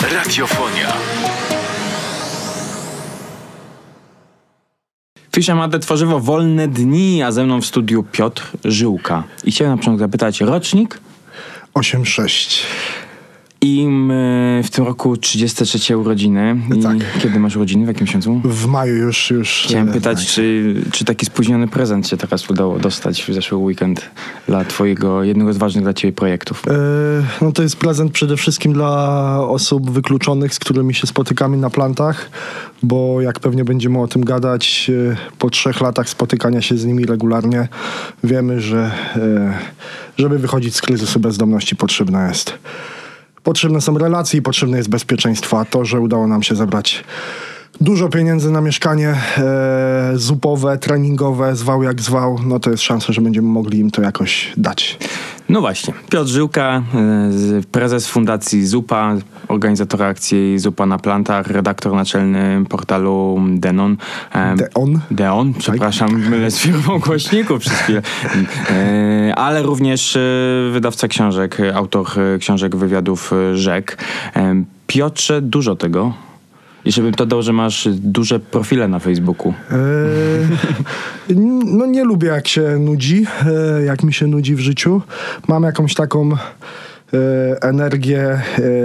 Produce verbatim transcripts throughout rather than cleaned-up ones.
Radiofonia. Fischer Mate tworzywo Wolne Dni, a ze mną w studiu Piotr Żyłka. I chciałem na początek zapytać, rocznik? osiem sześć. I my w tym roku trzydzieste trzecie urodziny. I tak. Kiedy masz urodziny? W jakim miesiącu? W maju już. już Chciałem e, pytać, tak. czy, czy taki spóźniony prezent się teraz udało dostać w zeszły weekend dla twojego, jednego z ważnych dla ciebie projektów? E, no to jest prezent przede wszystkim dla osób wykluczonych, z którymi się spotykamy na plantach, bo jak pewnie będziemy o tym gadać, e, po trzech latach spotykania się z nimi regularnie wiemy, że e, żeby wychodzić z kryzysu bezdomności potrzebna jest Potrzebne są relacje i potrzebne jest bezpieczeństwo, a to, że udało nam się zebrać dużo pieniędzy na mieszkanie e, zupowe, treningowe, zwał jak zwał, no to jest szansa, że będziemy mogli im to jakoś dać. No właśnie, Piotr Żyłka, prezes Fundacji Zupa, organizator akcji Zupa na plantach, redaktor naczelny portalu Denon. Deon? Deon, przepraszam, tak. Mylę z firmą głośników przez chwilę. Ale również wydawca książek, autor książek, wywiadów, rzek. Piotrze, dużo tego. I żebym to dał, że masz duże profile na Facebooku. Eee, no nie lubię, jak się nudzi, e, jak mi się nudzi w życiu. Mam jakąś taką e, energię e,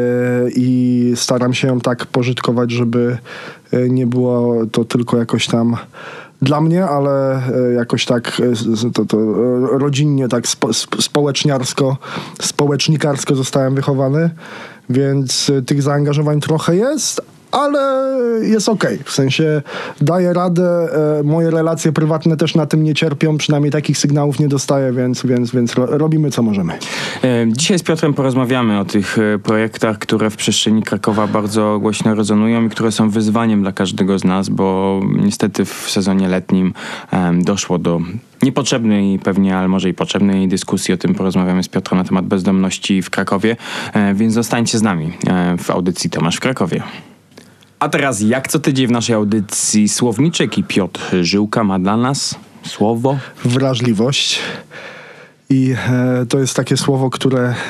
i staram się ją tak pożytkować, żeby nie było to tylko jakoś tam dla mnie, ale jakoś tak to, to rodzinnie, tak spo, społeczniarsko, społecznikarsko zostałem wychowany, więc tych zaangażowań trochę jest, ale jest okej. Okay. W sensie daję radę, e, moje relacje prywatne też na tym nie cierpią, przynajmniej takich sygnałów nie dostaję, więc, więc, więc ro, robimy co możemy. Dzisiaj z Piotrem porozmawiamy o tych projektach, które w przestrzeni Krakowa bardzo głośno rezonują i które są wyzwaniem dla każdego z nas, bo niestety w sezonie letnim um, doszło do niepotrzebnej pewnie, ale może i potrzebnej dyskusji. O tym porozmawiamy z Piotrem na temat bezdomności w Krakowie, e, więc zostańcie z nami e, w audycji Tomasz w Krakowie. A teraz jak co tydzień w naszej audycji Słowniczek i Piotr Żyłka ma dla nas słowo? Wrażliwość. I e, to jest takie słowo, które e,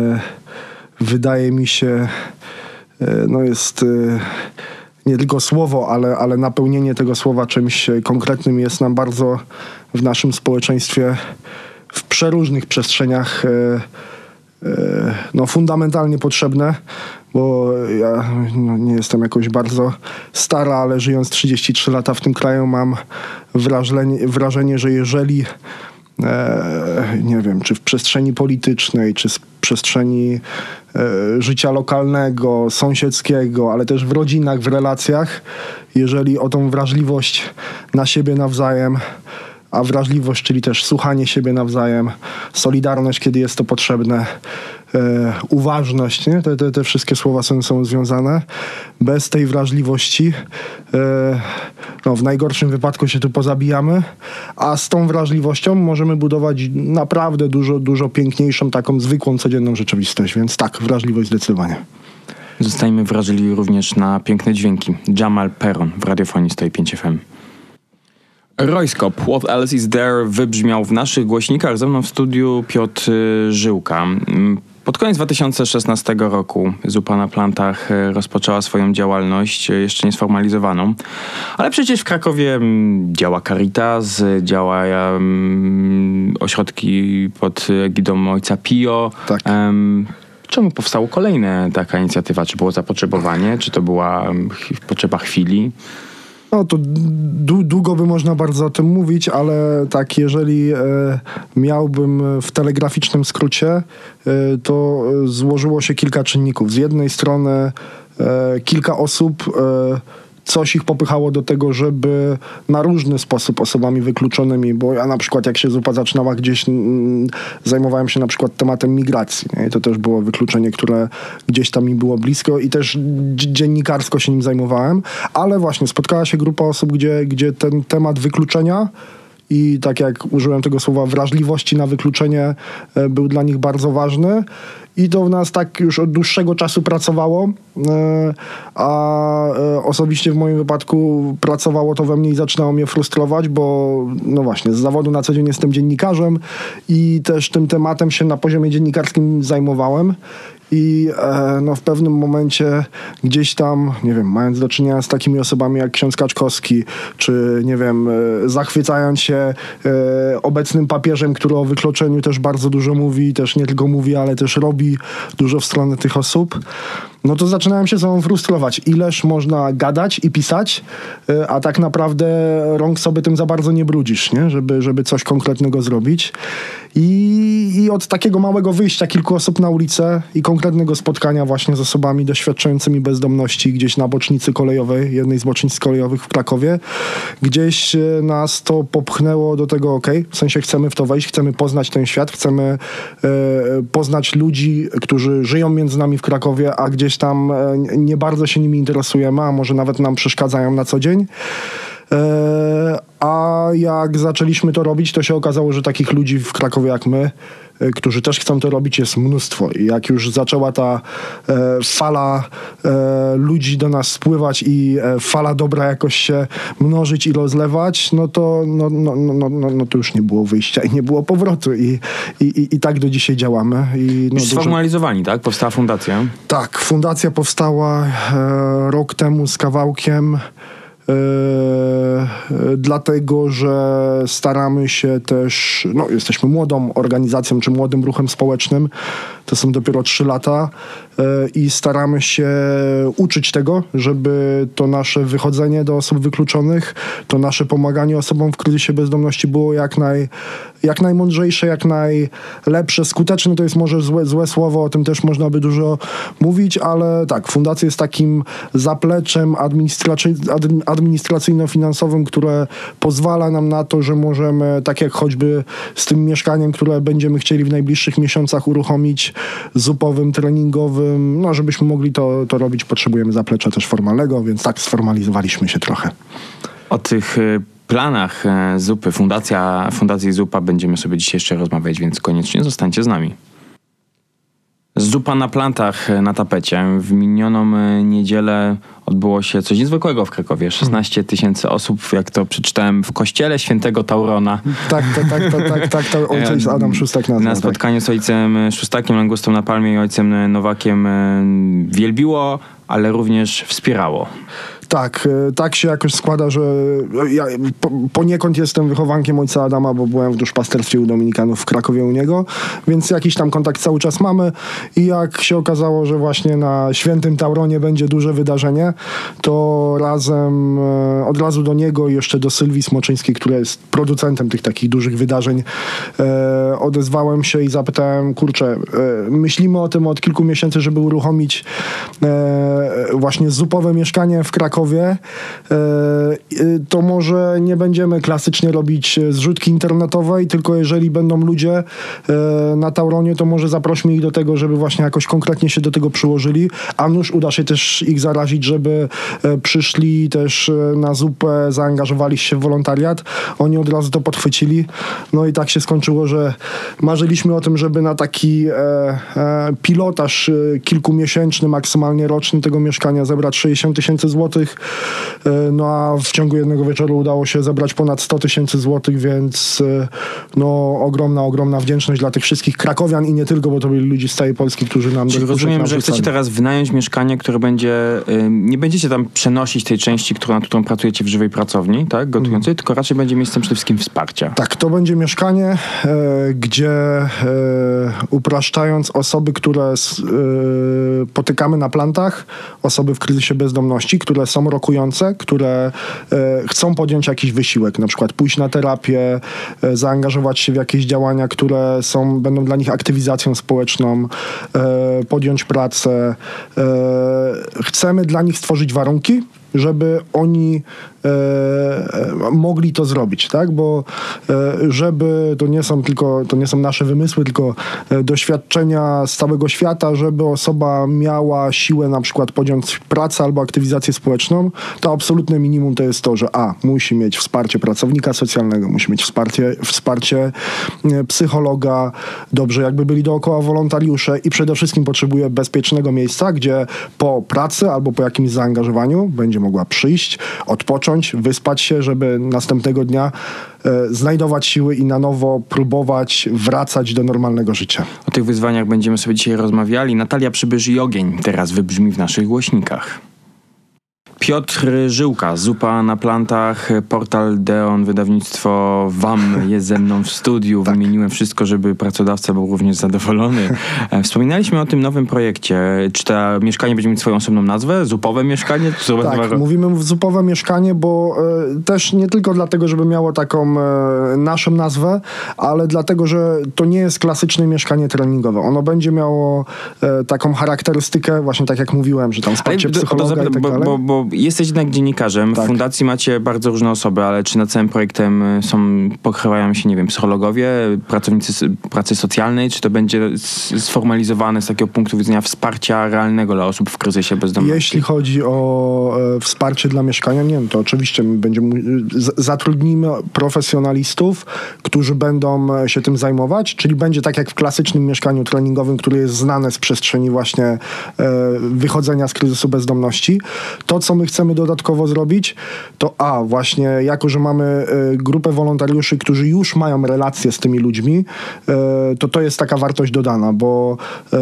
wydaje mi się e, no jest e, nie tylko słowo, ale, ale napełnienie tego słowa czymś konkretnym jest nam bardzo w naszym społeczeństwie w przeróżnych przestrzeniach e, e, no fundamentalnie potrzebne. Bo ja no, nie jestem jakoś bardzo stara, ale żyjąc trzydzieści trzy lata w tym kraju mam wrażenie, wrażenie że jeżeli e, nie wiem, czy w przestrzeni politycznej, czy w przestrzeni e, życia lokalnego, sąsiedzkiego, ale też w rodzinach, w relacjach, jeżeli o tą wrażliwość na siebie nawzajem, a wrażliwość, czyli też słuchanie siebie nawzajem, solidarność, kiedy jest to potrzebne, e, uważność, nie? Te, te, te wszystkie słowa są, są związane. Bez tej wrażliwości e, no, w najgorszym wypadku się tu pozabijamy, a z tą wrażliwością możemy budować naprawdę dużo, dużo piękniejszą, taką zwykłą, codzienną rzeczywistość, więc tak, wrażliwość zdecydowanie. Zostańmy wrażliwi również na piękne dźwięki. Jamal Perron w radiofonii sto pięć F M. Royskop, What Else Is There wybrzmiał w naszych głośnikach. Ze mną w studiu Piotr Żyłka. Pod koniec dwa tysiące szesnastego roku Zupa na plantach rozpoczęła swoją działalność, jeszcze niesformalizowaną. Ale przecież w Krakowie działa Caritas, działają ośrodki pod egidą Ojca Pio. Tak. Um, czemu powstała kolejna taka inicjatywa? Czy było zapotrzebowanie? Czy to była potrzeba chwili? No to d- długo by można bardzo o tym mówić, ale tak, jeżeli e, miałbym w telegraficznym skrócie, e, to złożyło się kilka czynników. Z jednej strony e, kilka osób, e, coś ich popychało do tego, żeby na różny sposób osobami wykluczonymi, bo ja na przykład jak się Zupa zaczynała gdzieś, m, zajmowałem się na przykład tematem migracji. Nie? I to też było wykluczenie, które gdzieś tam mi było blisko i też dz- dziennikarsko się nim zajmowałem, ale właśnie spotkała się grupa osób, gdzie, gdzie ten temat wykluczenia i tak jak użyłem tego słowa wrażliwości na wykluczenie e, był dla nich bardzo ważny. I to w nas tak już od dłuższego czasu pracowało, e, a e, osobiście w moim wypadku pracowało to we mnie i zaczynało mnie frustrować, bo no właśnie, z zawodu na co dzień jestem dziennikarzem i też tym tematem się na poziomie dziennikarskim zajmowałem. i e, no w pewnym momencie gdzieś tam, nie wiem, mając do czynienia z takimi osobami jak ksiądz Kaczkowski, czy nie wiem, e, zachwycając się e, obecnym papieżem, który o wykluczeniu też bardzo dużo mówi, też nie tylko mówi, ale też robi dużo w stronę tych osób, no to zaczynałem się sobą frustrować. Ileż można gadać i pisać, e, a tak naprawdę rąk sobie tym za bardzo nie brudzisz, nie? Żeby, żeby coś konkretnego zrobić. I, I od takiego małego wyjścia kilku osób na ulicę i konkretnego spotkania właśnie z osobami doświadczającymi bezdomności gdzieś na bocznicy kolejowej, jednej z bocznic kolejowych w Krakowie, gdzieś nas to popchnęło do tego, okej, okay, w sensie chcemy w to wejść, chcemy poznać ten świat, chcemy e, poznać ludzi, którzy żyją między nami w Krakowie, a gdzieś tam e, nie bardzo się nimi interesujemy, a może nawet nam przeszkadzają na co dzień. A jak zaczęliśmy to robić, to się okazało, że takich ludzi w Krakowie jak my, którzy też chcą to robić, jest mnóstwo. I jak już zaczęła ta e, fala e, ludzi do nas spływać i e, fala dobra jakoś się mnożyć i rozlewać, no to, no, no, no, no, no to już nie było wyjścia i nie było powrotu. I, i, i, i tak do dzisiaj działamy. I, no, już sformalizowani, tak? Powstała fundacja? Tak, fundacja powstała e, rok temu z kawałkiem. Yy, dlatego, że staramy się też, no jesteśmy młodą organizacją czy młodym ruchem społecznym, to są dopiero trzy lata yy, i staramy się uczyć tego, żeby to nasze wychodzenie do osób wykluczonych, to nasze pomaganie osobom w kryzysie bezdomności było jak, naj, jak najmądrzejsze, jak najlepsze. Skuteczne to jest może złe, złe słowo, o tym też można by dużo mówić, ale tak, fundacja jest takim zapleczem administracy- admi- administracyjno-finansowym, które pozwala nam na to, że możemy, tak jak choćby z tym mieszkaniem, które będziemy chcieli w najbliższych miesiącach uruchomić, zupowym, treningowym, no żebyśmy mogli to, to robić, potrzebujemy zaplecza też formalnego, więc tak sformalizowaliśmy się trochę. O tych planach Zupy, fundacja, Fundacji Zupa będziemy sobie dzisiaj jeszcze rozmawiać, więc koniecznie zostańcie z nami. Zupa na plantach na tapecie. W minioną niedzielę odbyło się coś niezwykłego w Krakowie. szesnaście tysięcy osób, jak to przeczytałem, w kościele świętego Taurona. Tak, tak, tak, tak, tak, tak to ojciec Adam Szustak nazwał. Na spotkaniu z ojcem Szustakiem, Langustą na Palmie i ojcem Nowakiem wielbiło, ale również wspierało. Tak, tak się jakoś składa, że ja poniekąd jestem wychowankiem ojca Adama, bo byłem w duszpasterstwie u Dominikanów w Krakowie u niego, więc jakiś tam kontakt cały czas mamy i jak się okazało, że właśnie na Świętym Tauronie będzie duże wydarzenie, to razem od razu do niego i jeszcze do Sylwii Smoczyńskiej, która jest producentem tych takich dużych wydarzeń, e, odezwałem się i zapytałem, kurczę, e, myślimy o tym od kilku miesięcy, żeby uruchomić e, właśnie zupowe mieszkanie w Krakowie, to może nie będziemy klasycznie robić zrzutki internetowej, tylko jeżeli będą ludzie na Tauronie, to może zaprośmy ich do tego, żeby właśnie jakoś konkretnie się do tego przyłożyli, a nuż uda się też ich zarazić, żeby przyszli też na zupę, zaangażowali się w wolontariat. Oni od razu to podchwycili. No i tak się skończyło, że marzyliśmy o tym, żeby na taki e, e, pilotaż kilkumiesięczny, maksymalnie roczny tego mieszkania zebrać sześćdziesiąt tysięcy złotych. No a w ciągu jednego wieczoru udało się zebrać ponad sto tysięcy złotych, więc no ogromna, ogromna wdzięczność dla tych wszystkich krakowian i nie tylko, bo to byli ludzie z całej Polski, którzy nam... Czyli rozumiem, że chcecie teraz wynająć mieszkanie, które będzie... Nie będziecie tam przenosić tej części, którą, nad którą pracujecie w żywej pracowni, tak, gotującej, mm. tylko raczej będzie miejscem przede wszystkim wsparcia. Tak, to będzie mieszkanie, e, gdzie e, upraszczając osoby, które e, potykamy na plantach, osoby w kryzysie bezdomności, które są rokujące, które e, chcą podjąć jakiś wysiłek, na przykład pójść na terapię, e, zaangażować się w jakieś działania, które są, będą dla nich aktywizacją społeczną, e, podjąć pracę. E, chcemy dla nich stworzyć warunki, żeby oni e, mogli to zrobić, tak? Bo e, żeby, to nie są tylko, to nie są nasze wymysły, tylko e, doświadczenia z całego świata, żeby osoba miała siłę na przykład podjąć pracę albo aktywizację społeczną, to absolutne minimum to jest to, że a, musi mieć wsparcie pracownika socjalnego, musi mieć wsparcie, wsparcie e, psychologa, dobrze, jakby byli dookoła wolontariusze i przede wszystkim potrzebuje bezpiecznego miejsca, gdzie po pracy albo po jakimś zaangażowaniu będzie mogła przyjść, odpocząć, wyspać się, żeby następnego dnia e, znajdować siły i na nowo próbować wracać do normalnego życia. O tych wyzwaniach będziemy sobie dzisiaj rozmawiali. Natalia Przybysz i Ogień teraz wybrzmi w naszych głośnikach. Piotr Żyłka, Zupa na plantach, portal Deon, wydawnictwo W A M jest ze mną w studiu. Tak. Wymieniłem wszystko, żeby pracodawca był również zadowolony. Wspominaliśmy o tym nowym projekcie. Czy to mieszkanie będzie mieć swoją osobną nazwę? Zupowe mieszkanie? Czy to Tak, będzie... mówimy zupowe mieszkanie, bo e, też nie tylko dlatego, żeby miało taką e, naszą nazwę, ale dlatego, że to nie jest klasyczne mieszkanie treningowe. Ono będzie miało e, taką charakterystykę, właśnie tak jak mówiłem, że tam wsparcie psychologa i tak bo, dalej. Bo, bo jesteś jednak dziennikarzem, Tak. w fundacji macie bardzo różne osoby, ale czy nad całym projektem są, pokrywają się, nie wiem, psychologowie, pracownicy pracy socjalnej, czy to będzie sformalizowane z takiego punktu widzenia wsparcia realnego dla osób w kryzysie bezdomności? Jeśli chodzi o e, wsparcie dla mieszkania, nie wiem, to oczywiście my będziemy, z, zatrudnimy profesjonalistów, którzy będą się tym zajmować, czyli będzie tak jak w klasycznym mieszkaniu treningowym, które jest znane z przestrzeni właśnie e, wychodzenia z kryzysu bezdomności. To, co my chcemy dodatkowo zrobić, to a, właśnie jako, że mamy e, grupę wolontariuszy, którzy już mają relacje z tymi ludźmi, e, to to jest taka wartość dodana, bo e,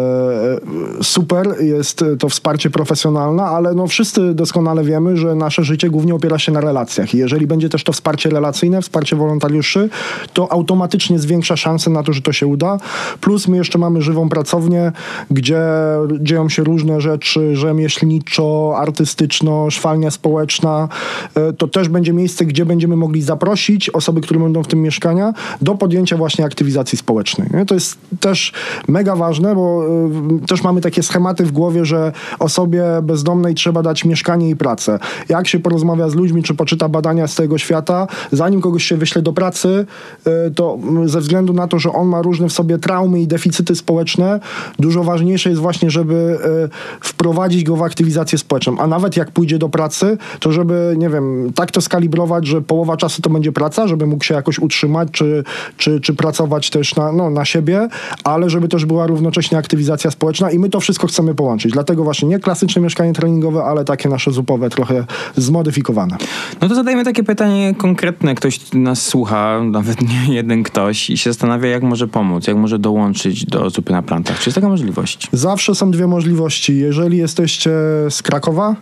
super jest to wsparcie profesjonalne, ale no wszyscy doskonale wiemy, że nasze życie głównie opiera się na relacjach i jeżeli będzie też to wsparcie relacyjne, wsparcie wolontariuszy, to automatycznie zwiększa szanse na to, że to się uda. Plus my jeszcze mamy żywą pracownię, gdzie dzieją się różne rzeczy rzemieślniczo, artystyczno, szwalnia społeczna. To też będzie miejsce, gdzie będziemy mogli zaprosić osoby, które będą w tym mieszkania, do podjęcia właśnie aktywizacji społecznej. To jest też mega ważne, bo też mamy takie schematy w głowie, że osobie bezdomnej trzeba dać mieszkanie i pracę. Jak się porozmawia z ludźmi, czy poczyta badania z tego świata, zanim kogoś się wyśle do pracy, to ze względu na to, że on ma różne w sobie traumy i deficyty społeczne, dużo ważniejsze jest właśnie, żeby wprowadzić go w aktywizację społeczną. A nawet jak pójdzie do pracy, to żeby, nie wiem, tak to skalibrować, że połowa czasu to będzie praca, żeby mógł się jakoś utrzymać, czy, czy, czy pracować też na, no, na siebie, ale żeby też była równocześnie aktywizacja społeczna i my to wszystko chcemy połączyć. Dlatego właśnie nie klasyczne mieszkanie treningowe, ale takie nasze zupowe, trochę zmodyfikowane. No to zadajmy takie pytanie konkretne. Ktoś nas słucha, nawet nie jeden ktoś i się zastanawia, jak może pomóc, jak może dołączyć do Zupy na plantach. Czy jest taka możliwość? Zawsze są dwie możliwości. Jeżeli jesteście z Krakowa,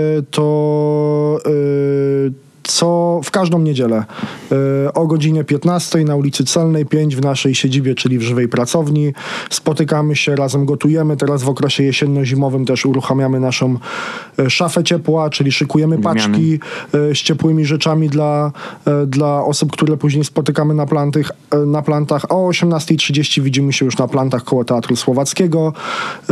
to co w każdą niedzielę y, o godzinie piętnastej na ulicy Celnej pięć w naszej siedzibie, czyli w żywej pracowni. Spotykamy się, razem gotujemy. Teraz w okresie jesienno-zimowym też uruchamiamy naszą y, szafę ciepła, czyli szykujemy Wymiany. paczki y, z ciepłymi rzeczami dla, y, dla osób, które później spotykamy na, plantych, y, na plantach. O osiemnastej trzydzieści widzimy się już na plantach koło Teatru Słowackiego y,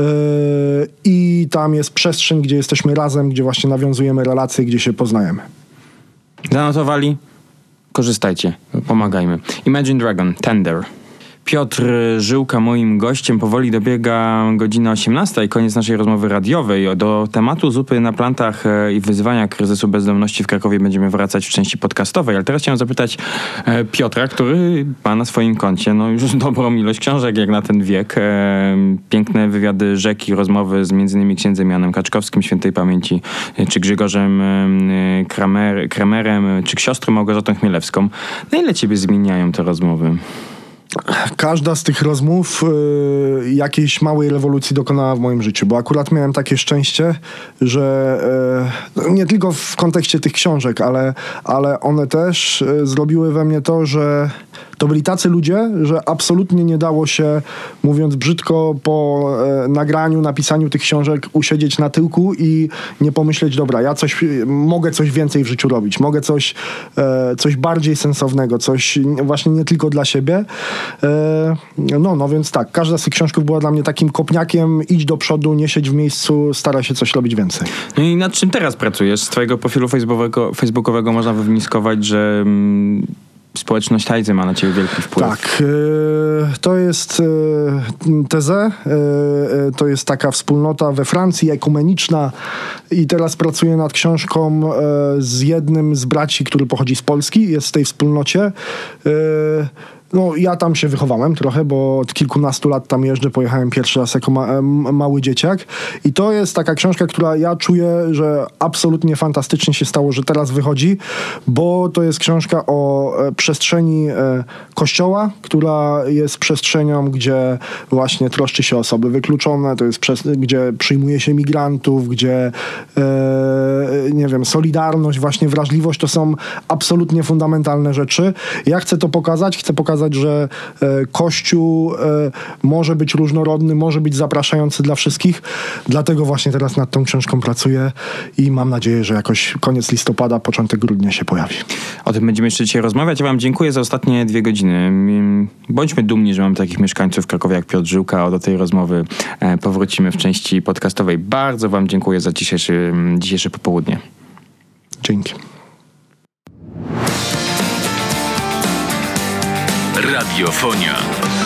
i tam jest przestrzeń, gdzie jesteśmy razem, gdzie właśnie nawiązujemy relacje, gdzie się poznajemy. Zanotowali? Korzystajcie, pomagajmy. Imagine Dragon, Tender. Piotr Żyłka moim gościem. Powoli dobiega godzina osiemnasta i koniec naszej rozmowy radiowej. Do tematu Zupy na plantach i wyzwania kryzysu bezdomności w Krakowie będziemy wracać w części podcastowej. Ale teraz chciałem zapytać Piotra, który ma na swoim koncie no już dobrą ilość książek jak na ten wiek. Piękne wywiady rzeki, rozmowy z między innymi księdzem Janem Kaczkowskim, świętej pamięci, czy Grzegorzem Kramer, Kramerem, czy siostrą Małgorzatą Chmielewską. Na ile ciebie zmieniają te rozmowy? Każda z tych rozmów y, jakiejś małej rewolucji dokonała w moim życiu, bo akurat miałem takie szczęście, że y, nie tylko w kontekście tych książek, ale, ale one też y, zrobiły we mnie to, że to byli tacy ludzie, że absolutnie nie dało się, mówiąc brzydko, po e, nagraniu, napisaniu tych książek usiedzieć na tyłku i nie pomyśleć, dobra, ja coś, mogę coś więcej w życiu robić, mogę coś, e, coś bardziej sensownego, coś właśnie nie tylko dla siebie. E, no, no więc tak, każda z tych książków była dla mnie takim kopniakiem, idź do przodu, nie siedź w miejscu, staraj się coś robić więcej. No i nad czym teraz pracujesz? Z twojego profilu facebookowego, facebookowego można wywnioskować, że mm, społeczność Tajzy ma na ciebie wielki wpływ. Tak, y, to jest y, Teze, y, to jest taka wspólnota we Francji, ekumeniczna i teraz pracuję nad książką y, z jednym z braci, który pochodzi z Polski, jest w tej wspólnocie. Y, no ja tam się wychowałem trochę, bo od kilkunastu lat tam jeżdżę, pojechałem pierwszy raz jako ma, mały dzieciak i to jest taka książka, która ja czuję, że absolutnie fantastycznie się stało, że teraz wychodzi, bo to jest książka o e, przestrzeni e, kościoła, która jest przestrzenią, gdzie właśnie troszczy się o osoby wykluczone, to jest przez, gdzie przyjmuje się migrantów, gdzie e, nie wiem, solidarność, właśnie wrażliwość, to są absolutnie fundamentalne rzeczy. Ja chcę to pokazać, chcę pokazać, że e, Kościół e, może być różnorodny, może być zapraszający dla wszystkich, dlatego właśnie teraz nad tą książką pracuję i mam nadzieję, że jakoś koniec listopada, początek grudnia się pojawi. O tym będziemy jeszcze dzisiaj rozmawiać. Ja wam dziękuję za ostatnie dwie godziny. Bądźmy dumni, że mamy takich mieszkańców w Krakowie jak Piotr Żyłka. Do tej rozmowy powrócimy w części podcastowej. Bardzo wam dziękuję za dzisiejszy, dzisiejsze popołudnie. Dzięki. Radiofonia.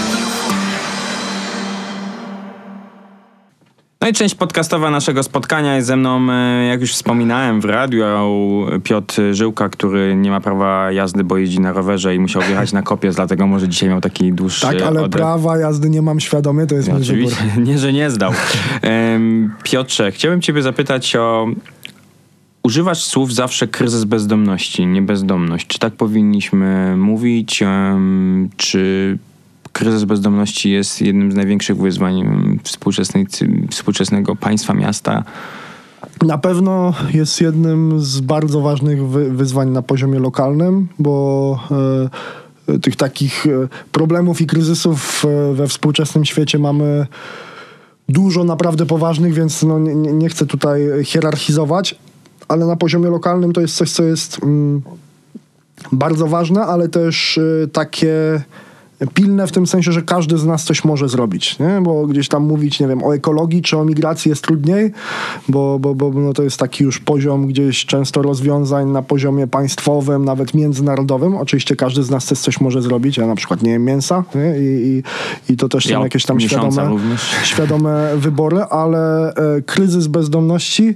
No i część podcastowa naszego spotkania jest ze mną, jak już wspominałem, w radiu Piotr Żyłka, który nie ma prawa jazdy, bo jeździ na rowerze i musiał wjechać na kopiec, dlatego może dzisiaj miał taki dłuższy Tak, ale oddech. Prawa jazdy nie mam świadomie, to jest Ja mój wybór. oczywiście, nie, że nie zdał. Um, Piotrze, chciałbym ciebie zapytać o... Używasz słów zawsze kryzys bezdomności, nie bezdomność. Czy tak powinniśmy mówić? Um, czy kryzys bezdomności jest jednym z największych wyzwań współczesnej, współczesnego państwa, miasta? Na pewno jest jednym z bardzo ważnych wy- wyzwań na poziomie lokalnym, bo e, tych takich e, problemów i kryzysów e, we współczesnym świecie mamy dużo naprawdę poważnych, więc no, nie, nie chcę tutaj hierarchizować, ale na poziomie lokalnym to jest coś, co jest mm, bardzo ważne, ale też y, takie pilne w tym sensie, że każdy z nas coś może zrobić, nie? Bo gdzieś tam mówić, nie wiem, o ekologii czy o migracji jest trudniej, bo, bo, bo no to jest taki już poziom gdzieś często rozwiązań na poziomie państwowym, nawet międzynarodowym. Oczywiście każdy z nas też coś może zrobić. Ja na przykład nie jem mięsa, nie? I, i, i to też Ja są jakieś tam świadome, świadome wybory, ale e, kryzys bezdomności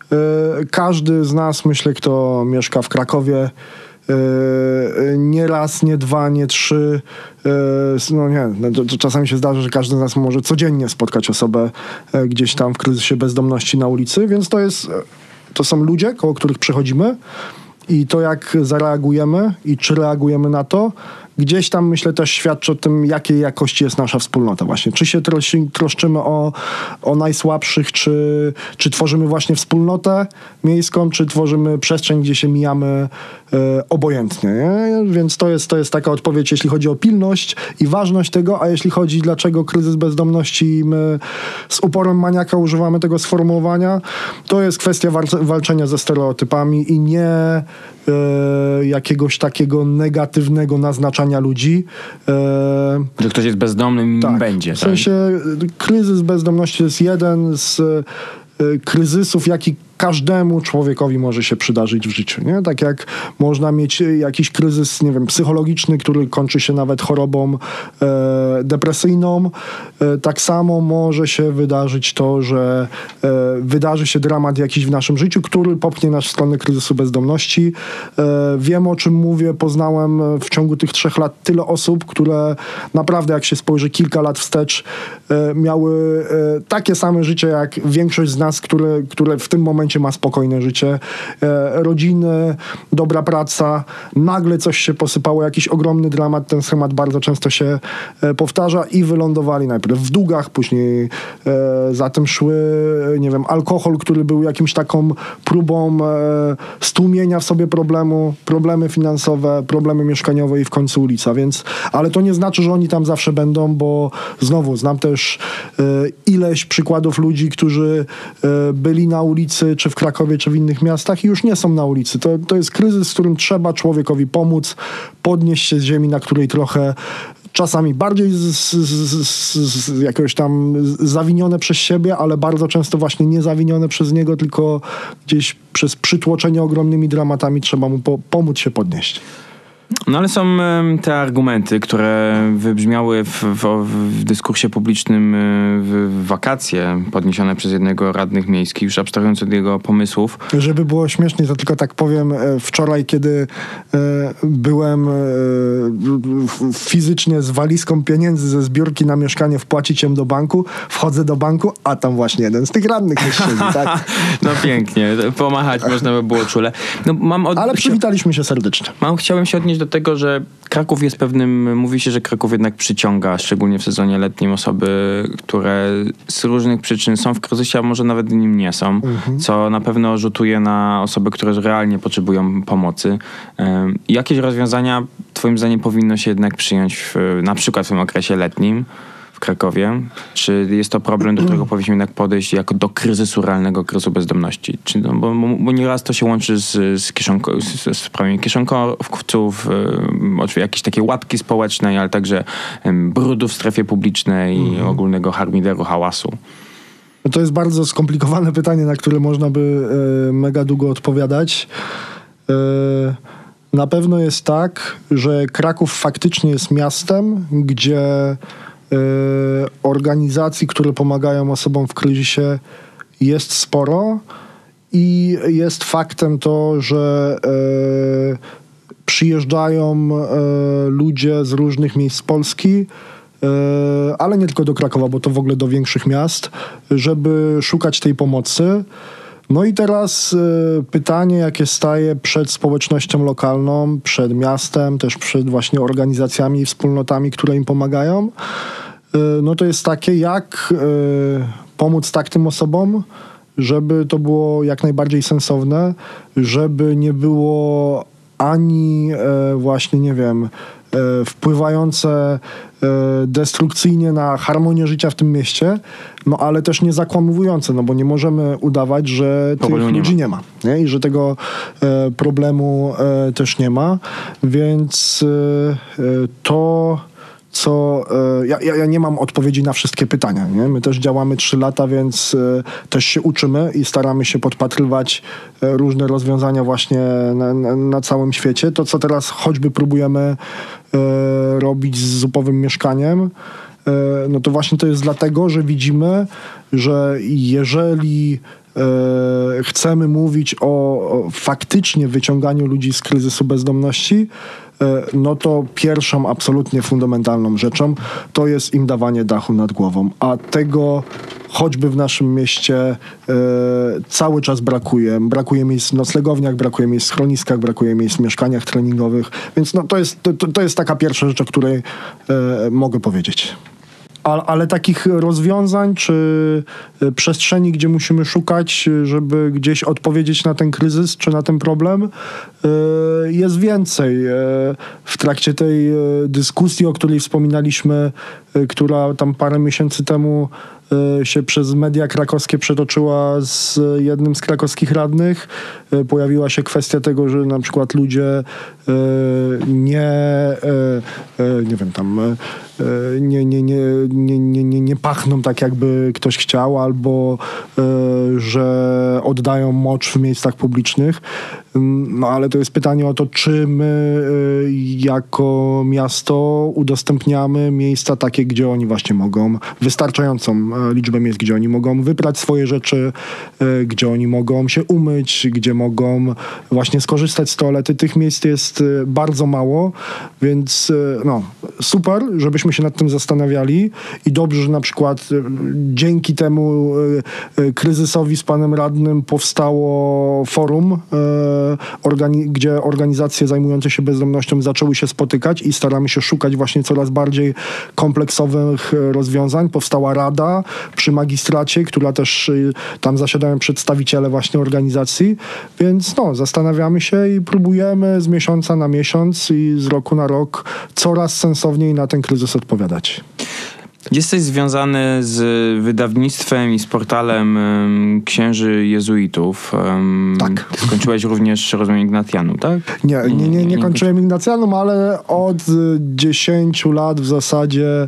każdy z nas, myślę, kto mieszka w Krakowie, nie raz, nie dwa, nie trzy, no nie, to, to czasami się zdarza, że każdy z nas może codziennie spotkać osobę gdzieś tam w kryzysie bezdomności na ulicy, więc to jest, to są ludzie, koło których przechodzimy i to, jak zareagujemy i czy reagujemy na to, gdzieś tam, myślę, też świadczy o tym, jakiej jakości jest nasza wspólnota właśnie. Czy się trosz- troszczymy o, o najsłabszych, czy, czy tworzymy właśnie wspólnotę miejską, czy tworzymy przestrzeń, gdzie się mijamy e, obojętnie. Nie? Więc to jest, to jest taka odpowiedź, jeśli chodzi o pilność i ważność tego, a jeśli chodzi, dlaczego kryzys bezdomności, my z uporem maniaka używamy tego sformułowania, to jest kwestia walc- walczenia ze stereotypami i nie e, jakiegoś takiego negatywnego naznaczania ludzi. E, Że ktoś jest bezdomnym i tak, będzie. w sensie tak? Kryzys bezdomności jest jeden z e, kryzysów, jaki każdemu człowiekowi może się przydarzyć w życiu, nie? Tak jak można mieć jakiś kryzys, nie wiem, psychologiczny, który kończy się nawet chorobą e, depresyjną, e, tak samo może się wydarzyć to, że e, wydarzy się dramat jakiś w naszym życiu, który popchnie nas w stronę kryzysu bezdomności. E, wiem, o czym mówię, poznałem w ciągu tych trzech lat tyle osób, które naprawdę, jak się spojrzy kilka lat wstecz, e, miały e, takie same życie, jak większość z nas, które, które w tym momencie ma spokojne życie, e, rodziny, dobra praca, nagle coś się posypało, jakiś ogromny dramat, ten schemat bardzo często się e, powtarza i wylądowali najpierw w długach, później e, za tym szły, nie wiem, alkohol, który był jakimś taką próbą e, stłumienia w sobie problemu, problemy finansowe, problemy mieszkaniowe i w końcu ulica, więc, ale to nie znaczy, że oni tam zawsze będą, bo znowu znam też e, ileś przykładów ludzi, którzy e, byli na ulicy, czy w Krakowie, czy w innych miastach i już nie są na ulicy. To, to jest kryzys, z którym trzeba człowiekowi pomóc, podnieść się z ziemi, na której trochę czasami bardziej z, z, z, z jakoś tam zawinione przez siebie, ale bardzo często właśnie nie zawinione przez niego, tylko gdzieś przez przytłoczenie ogromnymi dramatami trzeba mu po, pomóc się podnieść. No ale są em, te argumenty, które wybrzmiały w, w, w dyskursie publicznym e, w, w wakacje podniesione przez jednego radnych miejskich, już abstrahując od jego pomysłów. Żeby było śmiesznie, to tylko tak powiem, e, wczoraj, kiedy e, byłem e, fizycznie z walizką pieniędzy ze zbiórki na mieszkanie wpłacić ją do banku, wchodzę do banku, a tam właśnie jeden z tych radnych jest siedzi, tak? No pięknie, pomachać można by było czule. No, mam od... Ale przywitaliśmy się serdecznie. Mam, chciałem się odnieść do tego, że Kraków jest pewnym, mówi się, że Kraków jednak przyciąga, szczególnie w sezonie letnim, osoby, które z różnych przyczyn są w kryzysie, a może nawet nim nie są, mhm. co na pewno rzutuje na osoby, które realnie potrzebują pomocy. Um, jakieś rozwiązania twoim zdaniem powinno się jednak przyjąć w, na przykład w tym okresie letnim w Krakowie? Czy jest to problem, do którego powinniśmy jednak podejść jako do kryzysu, realnego kryzysu bezdomności? Czy, no, bo, bo nieraz to się łączy z, z, kieszonko, z, z sprawami kieszonkowców, y, jakieś takie łatki społecznej, ale także y, brudu w strefie publicznej i mhm. ogólnego harmideru, hałasu. No to jest bardzo skomplikowane pytanie, na które można by y, mega długo odpowiadać. Y, na pewno jest tak, że Kraków faktycznie jest miastem, gdzie organizacji, które pomagają osobom w kryzysie, jest sporo i jest faktem to, że e, przyjeżdżają e, ludzie z różnych miejsc Polski, e, ale nie tylko do Krakowa, bo to w ogóle do większych miast, żeby szukać tej pomocy. No i teraz y, pytanie, jakie staje przed społecznością lokalną, przed miastem, też przed właśnie organizacjami i wspólnotami, które im pomagają, y, no to jest takie, jak y, pomóc tak tym osobom, żeby to było jak najbardziej sensowne, żeby nie było ani e, właśnie, nie wiem, e, wpływające e, destrukcyjnie na harmonię życia w tym mieście, no ale też nie zakłamywujące, no bo nie możemy udawać, że tych Problemu ludzi nie nie ma, nie? I że tego e, problemu e, też nie ma, więc e, to co... E, ja, ja nie mam odpowiedzi na wszystkie pytania, nie? My też działamy trzy lata, więc e, też się uczymy i staramy się podpatrywać e, różne rozwiązania właśnie na, na, na całym świecie. To, co teraz choćby próbujemy e, robić z zupowym mieszkaniem, e, no to właśnie to jest dlatego, że widzimy, że jeżeli e, chcemy mówić o, o faktycznie wyciąganiu ludzi z kryzysu bezdomności, no to pierwszą, absolutnie fundamentalną rzeczą to jest im dawanie dachu nad głową. A tego choćby w naszym mieście e, cały czas brakuje. Brakuje miejsc w noclegowniach, brakuje miejsc w schroniskach, brakuje miejsc w mieszkaniach treningowych. Więc no, to, jest, to, to jest taka pierwsza rzecz, o której e, mogę powiedzieć. Ale takich rozwiązań czy przestrzeni, gdzie musimy szukać, żeby gdzieś odpowiedzieć na ten kryzys czy na ten problem, jest więcej. W trakcie tej dyskusji, o której wspominaliśmy, która tam parę miesięcy temu się przez media krakowskie przetoczyła z jednym z krakowskich radnych, pojawiła się kwestia tego, że na przykład ludzie nie nie wiem tam nie, nie, nie, nie, nie, nie, nie pachną tak, jakby ktoś chciał, albo że oddają mocz w miejscach publicznych. No ale to jest pytanie o to, czy my jako miasto udostępniamy miejsca takie, gdzie oni właśnie mogą, wystarczającą liczbę miejsc, gdzie oni mogą wyprać swoje rzeczy, gdzie oni mogą się umyć, gdzie mogą właśnie skorzystać z toalety. Tych miejsc jest bardzo mało, więc no super, żebyśmy się nad tym zastanawiali i dobrze, że na przykład dzięki temu kryzysowi z panem radnym powstało forum, Organi- gdzie organizacje zajmujące się bezdomnością zaczęły się spotykać i staramy się szukać właśnie coraz bardziej kompleksowych rozwiązań. Powstała rada przy magistracie, która też tam zasiadają przedstawiciele właśnie organizacji, więc no, zastanawiamy się i próbujemy z miesiąca na miesiąc i z roku na rok coraz sensowniej na ten kryzys odpowiadać. Jesteś związany z wydawnictwem i z portalem um, księży jezuitów. Um, tak. Ty skończyłeś również rozumiem Ignatianum, tak? Nie, nie, nie, nie kończyłem Ignatianum, ale od dziesięciu lat w zasadzie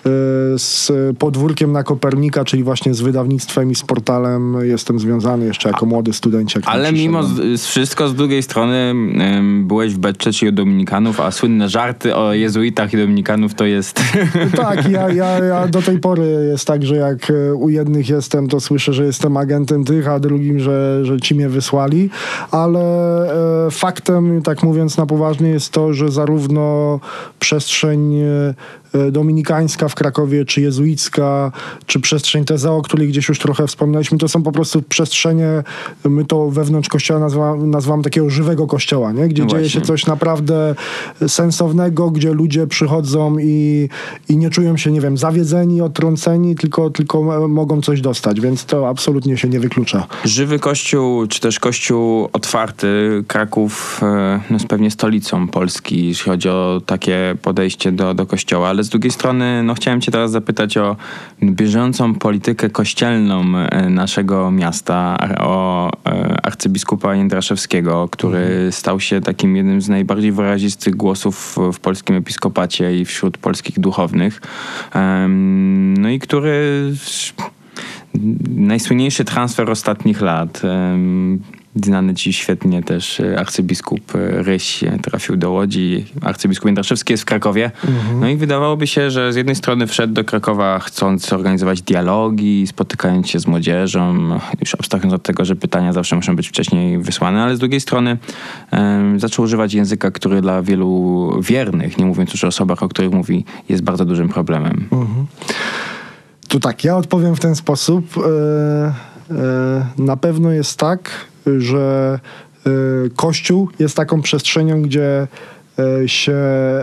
z podwórkiem na Kopernika, czyli właśnie z wydawnictwem i z portalem jestem związany jeszcze jako młody studenciak. Ale mimo z, z wszystko z drugiej strony um, byłeś w Betcze, czyli u Dominikanów, a słynne żarty o jezuitach i Dominikanów to jest... Tak, ja, ja, ja do tej pory jest tak, że jak u jednych jestem, to słyszę, że jestem agentem tych, a drugim, że, że ci mnie wysłali, ale e, faktem, tak mówiąc na poważnie, jest to, że zarówno przestrzeń e, dominikańska w Krakowie, czy jezuicka, czy przestrzeń T Z O, o której gdzieś już trochę wspominaliśmy, to są po prostu przestrzenie, my to wewnątrz kościoła nazywamy, nazywamy takiego żywego kościoła, nie? Gdzie no dzieje się coś naprawdę sensownego, gdzie ludzie przychodzą i, i nie czują się, nie wiem, zawiedzeni, odtrąceni, tylko, tylko mogą coś dostać, więc to absolutnie się nie wyklucza. Żywy kościół, czy też kościół otwarty, Kraków no, jest pewnie stolicą Polski, jeśli chodzi o takie podejście do, do kościoła, ale z drugiej strony no, chciałem cię teraz zapytać o bieżącą politykę kościelną naszego miasta, o arcybiskupa Jędraszewskiego, który mhm. stał się takim jednym z najbardziej wyrazistych głosów w polskim episkopacie i wśród polskich duchownych. No i który najsłynniejszy transfer ostatnich lat. Znany ci świetnie też arcybiskup Ryś trafił do Łodzi, arcybiskup Jędraszewski jest w Krakowie. Mhm. No i wydawałoby się, że z jednej strony wszedł do Krakowa chcąc organizować dialogi, spotykając się z młodzieżą, już abstrahując od tego, że pytania zawsze muszą być wcześniej wysłane, ale z drugiej strony um, zaczął używać języka, który dla wielu wiernych, nie mówiąc już o osobach, o których mówi, jest bardzo dużym problemem. Mhm. To tak, ja odpowiem w ten sposób. Yy, yy, na pewno jest tak, że y, Kościół jest taką przestrzenią, gdzie y, się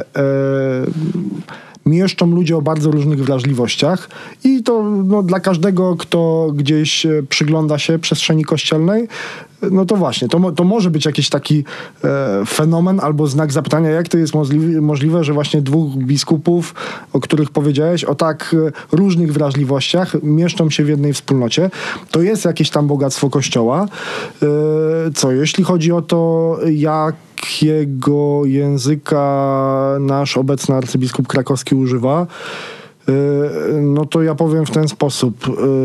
y, mieszczą ludzie o bardzo różnych wrażliwościach i to no, dla każdego, kto gdzieś przygląda się przestrzeni kościelnej, no to właśnie, to, to może być jakiś taki e, fenomen albo znak zapytania, jak to jest możliwe, możliwe, że właśnie dwóch biskupów, o których powiedziałeś, o tak e, różnych wrażliwościach mieszczą się w jednej wspólnocie. To jest jakieś tam bogactwo Kościoła. E, co, jeśli chodzi o to, jakiego języka nasz obecny arcybiskup krakowski używa, e, no to ja powiem w ten sposób.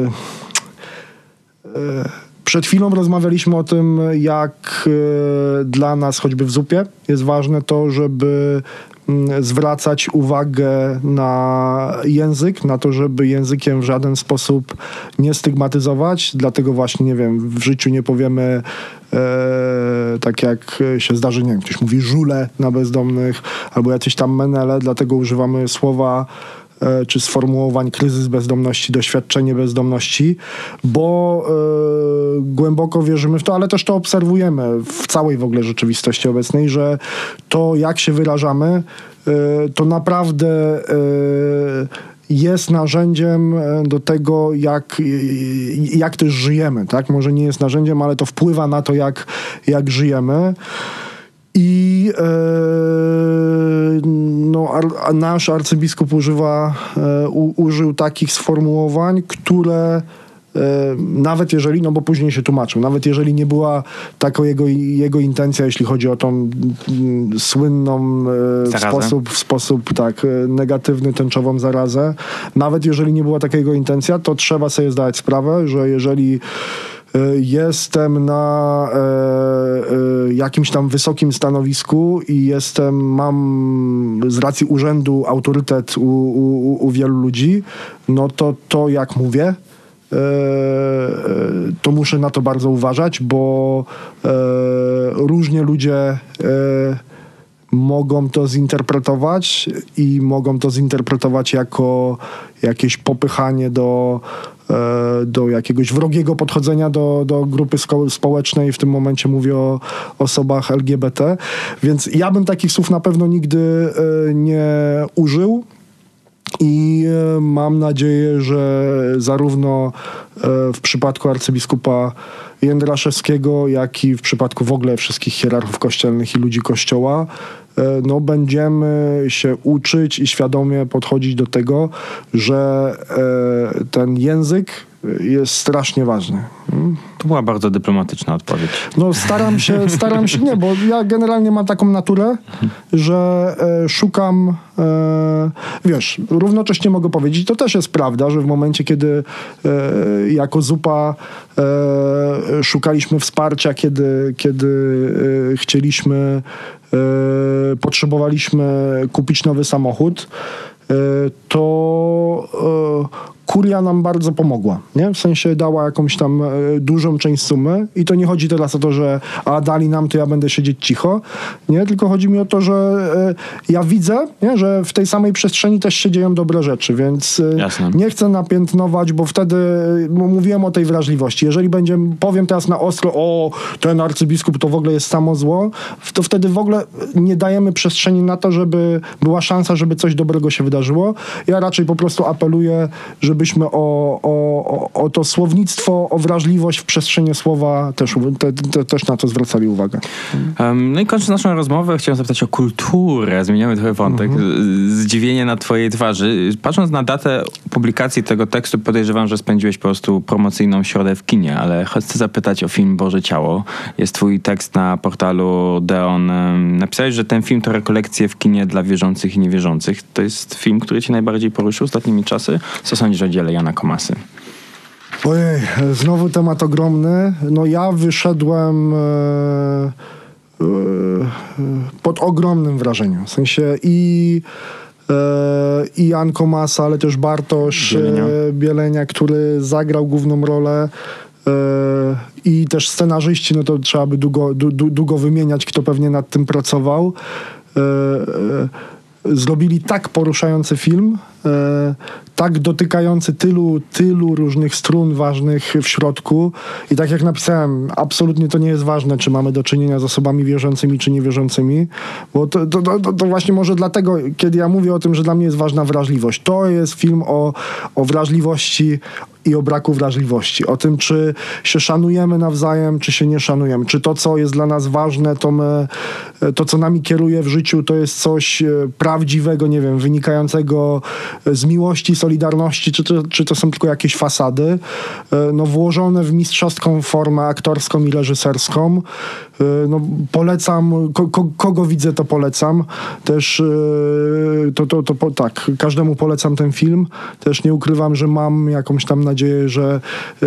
E, e, Przed chwilą rozmawialiśmy o tym, jak y, dla nas, choćby w zupie, jest ważne to, żeby y, zwracać uwagę na język, na to, żeby językiem w żaden sposób nie stygmatyzować. Dlatego właśnie, nie wiem, w życiu nie powiemy e, tak jak się zdarzy, nie wiem, ktoś mówi żule na bezdomnych, albo jacyś tam menele, dlatego używamy słowa czy sformułowań kryzys bezdomności, doświadczenie bezdomności, bo y, głęboko wierzymy w to, ale też to obserwujemy w całej w ogóle rzeczywistości obecnej, że to jak się wyrażamy, y, to naprawdę y, jest narzędziem do tego, jak, jak też żyjemy, tak? Może nie jest narzędziem, ale to wpływa na to, jak, jak żyjemy. I e, no, ar, nasz arcybiskup używa, e, u, użył takich sformułowań, które e, nawet jeżeli, no bo później się tłumaczył, nawet jeżeli nie była taka jego, jego intencja, jeśli chodzi o tą m, słynną e, w sposób, w sposób tak negatywny, tęczową zarazę, nawet jeżeli nie była taka jego intencja, to trzeba sobie zdawać sprawę, że jeżeli jestem na e, e, jakimś tam wysokim stanowisku i jestem, mam z racji urzędu autorytet u, u, u wielu ludzi, no to to jak mówię, e, to muszę na to bardzo uważać, bo e, różnie ludzie e, mogą to zinterpretować i mogą to zinterpretować jako jakieś popychanie do do jakiegoś wrogiego podchodzenia do, do grupy społecznej, w tym momencie mówię o osobach L G B T, więc ja bym takich słów na pewno nigdy nie użył i mam nadzieję, że zarówno w przypadku arcybiskupa Jędraszewskiego, jak i w przypadku w ogóle wszystkich hierarchów kościelnych i ludzi Kościoła, no będziemy się uczyć i świadomie podchodzić do tego, że ten język jest strasznie ważny. To była bardzo dyplomatyczna odpowiedź. No staram się, staram się, nie, bo ja generalnie mam taką naturę, że e, szukam, e, wiesz, równocześnie mogę powiedzieć, to też jest prawda, że w momencie, kiedy e, jako Zupa e, szukaliśmy wsparcia, kiedy, kiedy e, chcieliśmy, e, potrzebowaliśmy kupić nowy samochód, e, to e, Kuria nam bardzo pomogła, nie? W sensie dała jakąś tam e, dużą część sumy i to nie chodzi teraz o to, że a dali nam, to ja będę siedzieć cicho, nie? Tylko chodzi mi o to, że e, ja widzę, nie? Że w tej samej przestrzeni też się dzieją dobre rzeczy, więc e, nie chcę napiętnować, bo wtedy e, mówiłem o tej wrażliwości. Jeżeli będzie, powiem teraz na ostro, o, ten arcybiskup to w ogóle jest samo zło, to wtedy w ogóle nie dajemy przestrzeni na to, żeby była szansa, żeby coś dobrego się wydarzyło. Ja raczej po prostu apeluję, że żebyśmy o, o, o to słownictwo, o wrażliwość w przestrzeni słowa też, te, te, też na to zwracali uwagę. Um, no i kończąc naszą rozmowę, chciałem zapytać o kulturę. Zmieniamy trochę wątek. Mhm. Zdziwienie na twojej twarzy. Patrząc na datę publikacji tego tekstu, podejrzewam, że spędziłeś po prostu promocyjną środę w kinie, ale chcę zapytać o film Boże Ciało. Jest twój tekst na portalu Deon. Napisałeś, że ten film to rekolekcje w kinie dla wierzących i niewierzących. To jest film, który cię najbardziej poruszył ostatnimi czasy? Co sądzisz o dziele Jana Komasy? Ojej, znowu temat ogromny. No ja wyszedłem e, e, pod ogromnym wrażeniem. W sensie i, e, i Jan Komasa, ale też Bartosz Bielenia, e, Bielenia który zagrał główną rolę. E, I też scenarzyści, no to trzeba by długo, du, długo wymieniać, kto pewnie nad tym pracował. E, e, Zrobili tak poruszający film, e, tak dotykający tylu, tylu różnych strun ważnych w środku. I tak jak napisałem, absolutnie to nie jest ważne, czy mamy do czynienia z osobami wierzącymi, czy niewierzącymi. Bo to, to, to, to właśnie może dlatego, kiedy ja mówię o tym, że dla mnie jest ważna wrażliwość. To jest film o, o wrażliwości i o braku wrażliwości. O tym, czy się szanujemy nawzajem, czy się nie szanujemy. Czy to, co jest dla nas ważne, to my, to, co nami kieruje w życiu, to jest coś prawdziwego, nie wiem, wynikającego z miłości, solidarności, czy to, czy to są tylko jakieś fasady, no włożone w mistrzowską formę aktorską i reżyserską. No polecam, ko, ko, kogo widzę, to polecam. Też to, to, to, to tak, każdemu polecam ten film. Też nie ukrywam, że mam jakąś tam nadzieję, że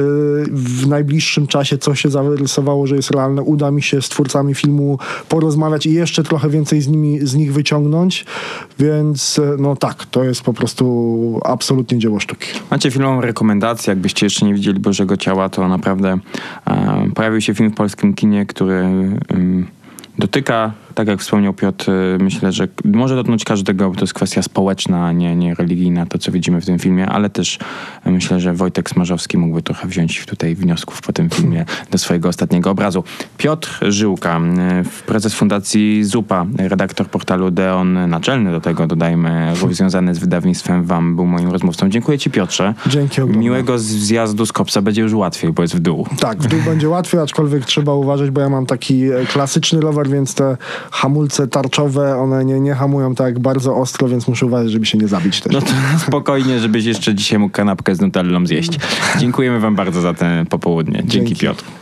w najbliższym czasie coś się zarysowało, że jest realne. Uda mi się z twórcami filmu porozmawiać i jeszcze trochę więcej z nimi, z nich wyciągnąć. Więc no tak, to jest po prostu absolutnie dzieło sztuki. Macie filmową rekomendację, jakbyście jeszcze nie widzieli Bożego Ciała, to naprawdę e, pojawił się film w polskim kinie, który e, dotyka, tak jak wspomniał Piotr, myślę, że może dotknąć każdego, bo to jest kwestia społeczna, a nie, nie religijna, to co widzimy w tym filmie, ale też myślę, że Wojtek Smarzowski mógłby trochę wziąć tutaj wniosków po tym filmie do swojego ostatniego obrazu. Piotr Żyłka, prezes Fundacji Zupa, redaktor portalu Deon, naczelny do tego, dodajmy, związany z wydawnictwem W A M, był moim rozmówcą. Dziękuję ci, Piotrze. Dzięki ogromnie. Miłego zjazdu z Kopsa, będzie już łatwiej, bo jest w dół. Tak, w dół będzie łatwiej, aczkolwiek trzeba uważać, bo ja mam taki klasyczny rower, więc te hamulce tarczowe, one nie, nie hamują tak bardzo ostro, więc muszę uważać, żeby się nie zabić też. No to spokojnie, żebyś jeszcze dzisiaj mógł kanapkę z nutellą zjeść. Dziękujemy wam bardzo za ten popołudnie. Dzięki, Dzięki. Piotr.